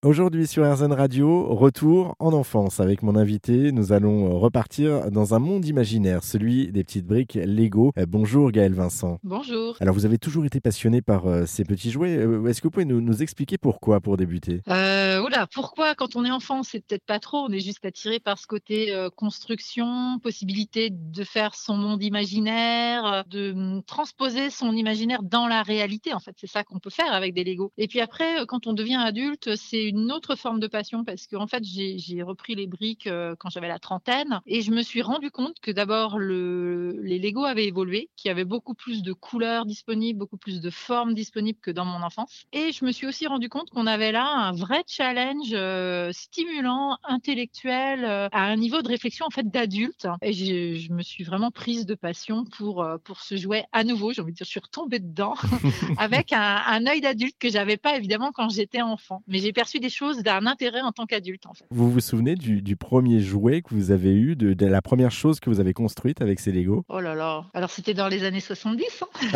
Aujourd'hui sur RZN Radio, retour en enfance avec mon invité. Nous allons repartir dans un monde imaginaire, celui des petites briques Lego. Bonjour Gaël Vincent. Bonjour. Alors vous avez toujours été passionné par ces petits jouets. Est-ce que vous pouvez nous expliquer pourquoi pour débuter? Pourquoi quand on est enfant, c'est peut-être pas trop, on est juste attiré par ce côté, construction, possibilité de faire son monde imaginaire, de, transposer son imaginaire dans la réalité, en fait. C'est ça qu'on peut faire avec des Lego et puis après, quand on devient adulte, c'est une autre forme de passion parce qu'en fait, j'ai repris les briques, quand j'avais la trentaine et je me suis rendu compte que d'abord les Lego avaient évolué, qu'il y avait beaucoup plus de couleurs disponibles, beaucoup plus de formes disponibles que dans mon enfance et je me suis aussi rendu compte qu'on avait là un vrai challenge, stimulant, intellectuel, à un niveau de réflexion en fait d'adulte et je me suis vraiment prise de passion pour ce jouet à nouveau. J'ai envie de dire, je suis retombée dedans avec un œil d'adulte que j'avais pas évidemment quand j'étais enfant. Mais j'ai perçu des choses d'un intérêt en tant qu'adulte en fait. Vous vous souvenez du premier jouet que vous avez eu, de la première chose que vous avez construite avec ces Lego? Oh là là! Alors c'était dans les années 70, hein.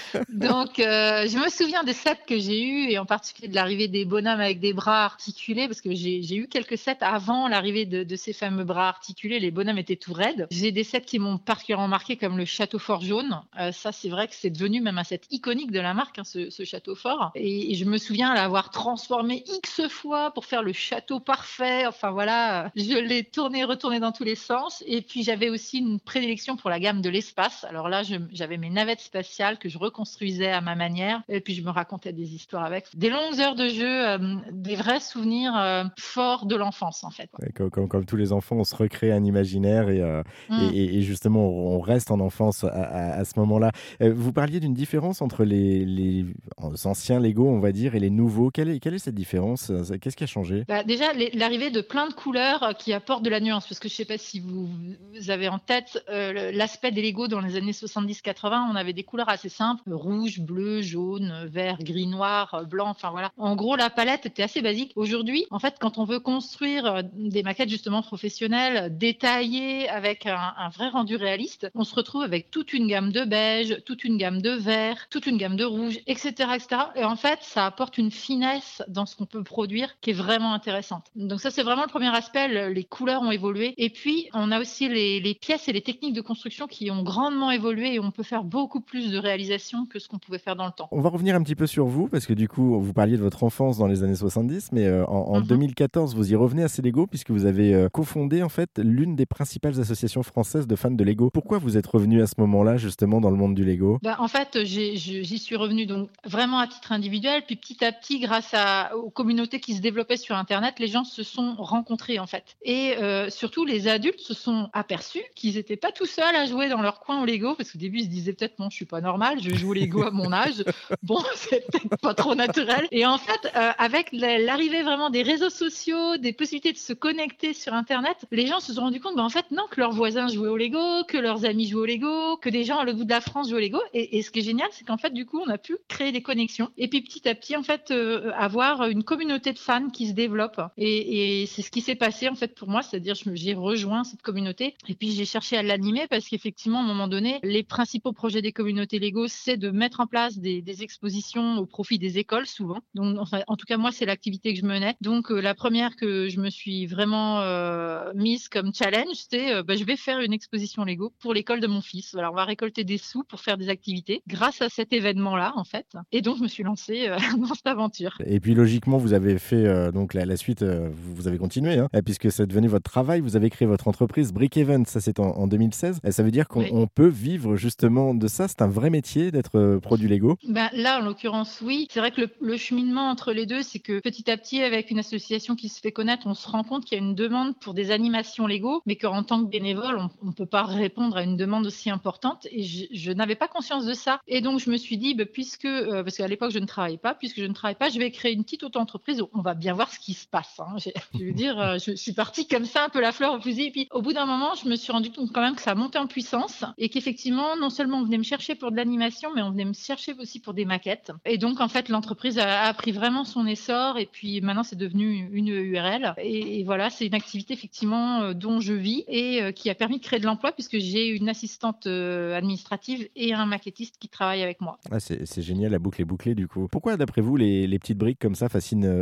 Donc je me souviens des sets que j'ai eus et en particulier de l'arrivée des bonhommes avec des bras articulés parce que j'ai eu quelques sets avant l'arrivée de ces fameux bras articulés. Les bonhommes étaient tout raides. J'ai des sets qui m'ont particulièrement marqué comme le château fort jaune. Ça, c'est vrai que c'est devenu même un set iconique de la marque, hein, ce château fort et je me souviens l'avoir transformé X fois pour faire le château parfait. Enfin voilà, je l'ai tourné, retourné dans tous les sens et puis j'avais aussi une prédilection pour la gamme de l'espace. Alors là, j'avais mes navettes spatiales que je reconstruisais à ma manière et puis je me racontais des histoires avec. Des longues heures de jeu, des vrais souvenirs, forts de l'enfance en fait. Ouais, comme tous les enfants, on se recrée un imaginaire Mmh. et justement, on reste en enfance à ce moment-là. Vous parliez d'une différence entre les anciens Lego, on va dire, et les nouveaux. Quelle est cette différence? Qu'est-ce qui a changé? Bah, déjà, l'arrivée de plein de couleurs, qui apportent de la nuance, parce que je sais pas si vous avez en tête, l'aspect des Lego dans les années 70-80, on avait des couleurs assez simples, rouge, bleu, jaune, vert, gris, noir, blanc, enfin voilà. En gros, la palette était assez basique. Aujourd'hui, en fait, quand on veut construire, des maquettes justement professionnelles, détaillées, avec un vrai rendu réaliste, on se retrouve avec toute une gamme de beige, toute une gamme de vert, toute une gamme de rouge et cetera et cetera et en fait, ça apporte une finesse dans ce qu'on peut produire qui est vraiment intéressante. Donc ça, c'est vraiment le premier aspect, les couleurs ont évolué et puis on a aussi les pièces et les techniques de construction qui ont grandement évolué et on peut faire beaucoup plus de réalisations que ce qu'on pouvait faire dans le temps. On va revenir un petit peu sur vous, parce que du coup, vous parliez de votre enfance dans les années 70, mais en Mmh. 2014, vous y revenez à ces Lego, puisque vous avez cofondé en fait l'une des principales associations françaises de fans de Lego. Pourquoi vous êtes revenu à ce moment-là, justement, dans le monde du Lego? Bah, en fait, j'y suis revenue donc vraiment à titre individuel, puis petit à petit, grâce aux communautés qui se développaient sur internet, les gens se sont rencontrés, en fait et surtout les adultes se sont aperçus qu'ils étaient pas tout seuls à jouer dans leur coin au Lego parce qu'au début, ils se disaient peut-être: «Bon, je suis pas normal, je joue au Lego à mon âge. Bon, c'est peut-être pas trop naturel» et en fait, avec l'arrivée vraiment des réseaux sociaux, des possibilités de se connecter sur internet, les gens se sont rendus compte, bah, en fait, non, que leurs voisins jouaient au Lego, que leurs amis jouaient au Lego, que des gens à l'autre bout de la France jouaient au Lego et ce qui est génial, c'est qu'en fait, du coup, on a pu créer des connexions et puis petit à petit, en fait, avoir une communauté de fans qui se développe et c'est ce qui s'est passé, en fait, pour moi. C'est-à-dire j'ai rejoint cette communauté et puis j'ai cherché à l'animer parce qu'effectivement, à un moment donné, les principaux projets des communautés Lego, c'est de mettre en place des expositions au profit des écoles souvent. Donc enfin, en tout cas, moi, c'est l'activité que je menais. Donc la première que je me suis vraiment, mise comme challenge, c'est, bah, je vais faire une exposition Lego pour l'école de mon fils. Voilà, on va récolter des sous pour faire des activités grâce à cet événement-là, en fait et donc je me suis lancée, dans cette aventure. Et puis logiquement, vous avez fait donc la suite, vous avez continué, hein, puisque c'est devenu votre travail. Vous avez créé votre entreprise Brick Event, ça c'est en 2016. Ça veut dire qu'on Oui. on peut vivre justement de ça. C'est un vrai métier d'être pro du Lego. Ben, là, en l'occurrence, oui. C'est vrai que le cheminement entre les 2, c'est que petit à petit, avec une association qui se fait connaître, on se rend compte qu'il y a une demande pour des animations Lego, mais qu'en tant que bénévole, on ne peut pas répondre à une demande aussi importante et je n'avais pas conscience de ça et donc je me suis dit, bah, puisque, parce qu'à l'époque je ne travaillais pas, puisque je ne travaille pas, je vais créer une petite auto-entreprise où on va bien voir ce qui se passe, hein. Je veux dire, je suis partie comme ça, un peu la fleur au fusil et puis au bout d'un moment, je me suis rendu compte quand même que ça montait en puissance et qu'effectivement, non seulement on venait me chercher pour de l'animation, mais on venait me chercher aussi pour des maquettes et donc en fait, l'entreprise a pris vraiment son essor et puis maintenant c'est devenu une URL et voilà, c'est une activité effectivement, dont je vis et qui a permis de créer de l'emploi puisque j'ai une assistante, administrative et un maquettiste qui travaillent avec moi. Ah, c'est génial, la boucle est bouclée du coup. Pourquoi d'après vous les petites briques comme ça fascinent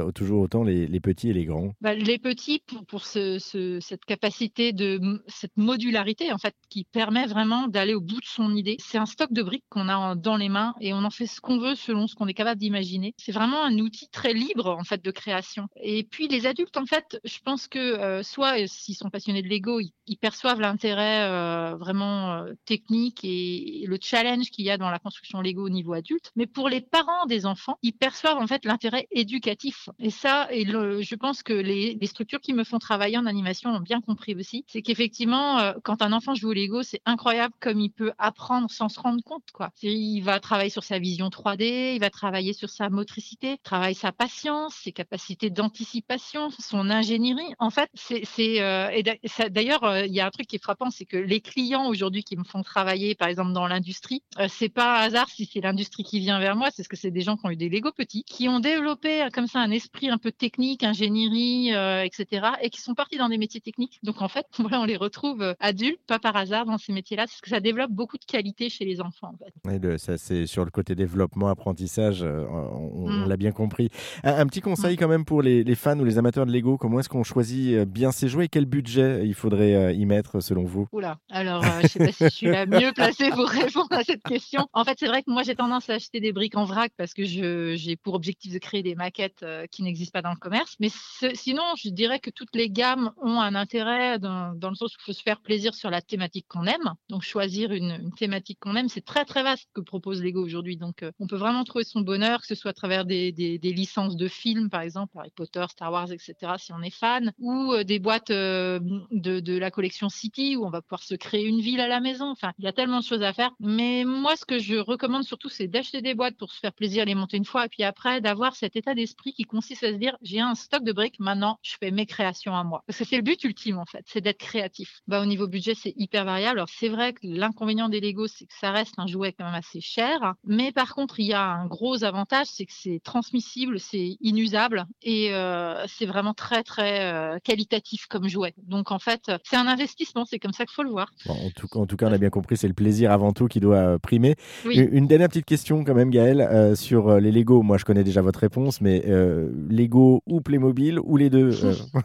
toujours autant les petits et les grands? Bah, les petits pour cette capacité cette modularité en fait qui permet vraiment d'aller au bout de son idée. C'est un stock de briques qu'on a dans les mains et on en fait ce qu'on veut selon ce qu'on est capable d'imaginer. C'est vraiment un outil très libre en fait de création. Et puis les adultes en fait, je pense que soit s'ils sont passionnés de Lego, ils perçoivent l'intérêt vraiment technique et le challenge qu'il y a dans la construction Lego au niveau adulte. Mais pour les parents des enfants, ils perçoivent en fait l'intérêt éducatif. Et ça, je pense que les structures qui me font travailler en animation l'ont bien compris aussi. C'est qu'effectivement, quand un enfant joue au Lego, c'est incroyable comme il peut apprendre sans se rendre compte, quoi. Il va travailler sur sa vision 3D, il va travailler sur sa motricité, travaille sa patience, ses capacités d'anticipation, son ingénierie. En fait, d'ailleurs, il y a un truc qui est frappant, c'est que les clients aujourd'hui qui me font travailler, par exemple dans l'industrie, c'est pas un hasard si c'est l'industrie qui vient vers moi, c'est parce que c'est des gens qui ont eu des Lego petits, qui ont développé comme ça un esprit un peu technique, ingénierie, etc., et qui sont partis dans des métiers techniques. Donc en fait, voilà, on les retrouve adultes, pas par hasard dans ces métiers-là, parce que ça développe beaucoup de qualités chez les enfants. En fait. Oui, ça, c'est sur le côté développement, apprentissage, on l'a bien compris. Un petit conseil quand même pour les fans ou les amateurs de Lego, comment est-ce qu'on choisit bien ses jouets et quel budget il faudrait y mettre selon vous? Oula, alors je sais pas si je suis la mieux placée pour répondre à cette question. En fait, c'est vrai que moi j'ai tendance à acheter des briques en vrac parce que j'ai pour objectif de créer des maquettes qui n'existent pas dans le commerce. Mais sinon, je dirais que toutes les gammes ont un intérêt dans le sens où il faut se faire plaisir sur la thématique qu'on aime. Donc choisir une thématique qu'on aime, c'est très très vaste que propose Lego aujourd'hui. Donc on peut vraiment trouver son bonheur, que ce soit à travers des licences de films, par exemple Harry Potter, Star Wars, etc. si on est fan, ou des boîtes de la collection City où on va pouvoir se créer une ville à la maison. Enfin, il y a tellement de choses à faire. Mais moi, ce que je recommande surtout, c'est d'acheter des boîtes pour se faire plaisir, les monter une fois, et puis après, d'avoir cet état d'esprit qui consiste à se dire, j'ai un stock de briques, maintenant, je fais mes créations à moi. Parce que c'est le but ultime, en fait, c'est d'être créatif. Bah, au niveau budget, c'est hyper variable. Alors, c'est vrai que l'inconvénient des Lego, c'est que ça reste un jouet quand même assez cher. Mais par contre, il y a un gros avantage, c'est que c'est transmissible, c'est inusable et c'est vraiment très, très qualitatif comme jouet. Donc, en fait, c'est un investissement, c'est comme ça qu'il faut le voir. Bon, en tout cas, on a bien compris, c'est le plaisir avant tout qui doit primer. Oui. Une dernière petite question quand même, Gaëlle, sur les Lego. Moi, je connais déjà votre réponse, mais Lego ou Playmobil ou les deux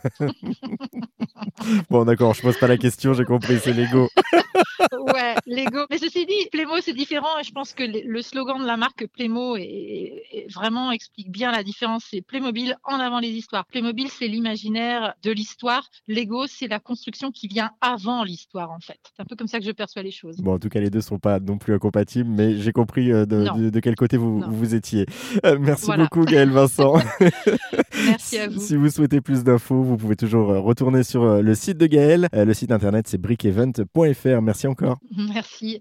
Bon, d'accord, je pose pas la question, j'ai compris, c'est Lego. Ouais, Lego. Mais ceci dit, Playmo, c'est différent et je pense que le slogan de la marque Playmo vraiment explique bien la différence. C'est Playmobil en avant les histoires. Playmobil, c'est l'imaginaire de l'histoire. Lego, c'est la construction qui vient avant l'histoire, en fait. C'est un peu comme ça que je perçois les choses. Bon, en tout cas, les deux sont pas non plus incompatibles, mais j'ai compris de quel côté vous étiez. Merci beaucoup, Gaëlle Vincent. Merci à vous. Si vous souhaitez plus d'infos, vous pouvez toujours retourner sur le site de Gaëlle. Le site internet, c'est brickevent.fr. Merci encore. Merci.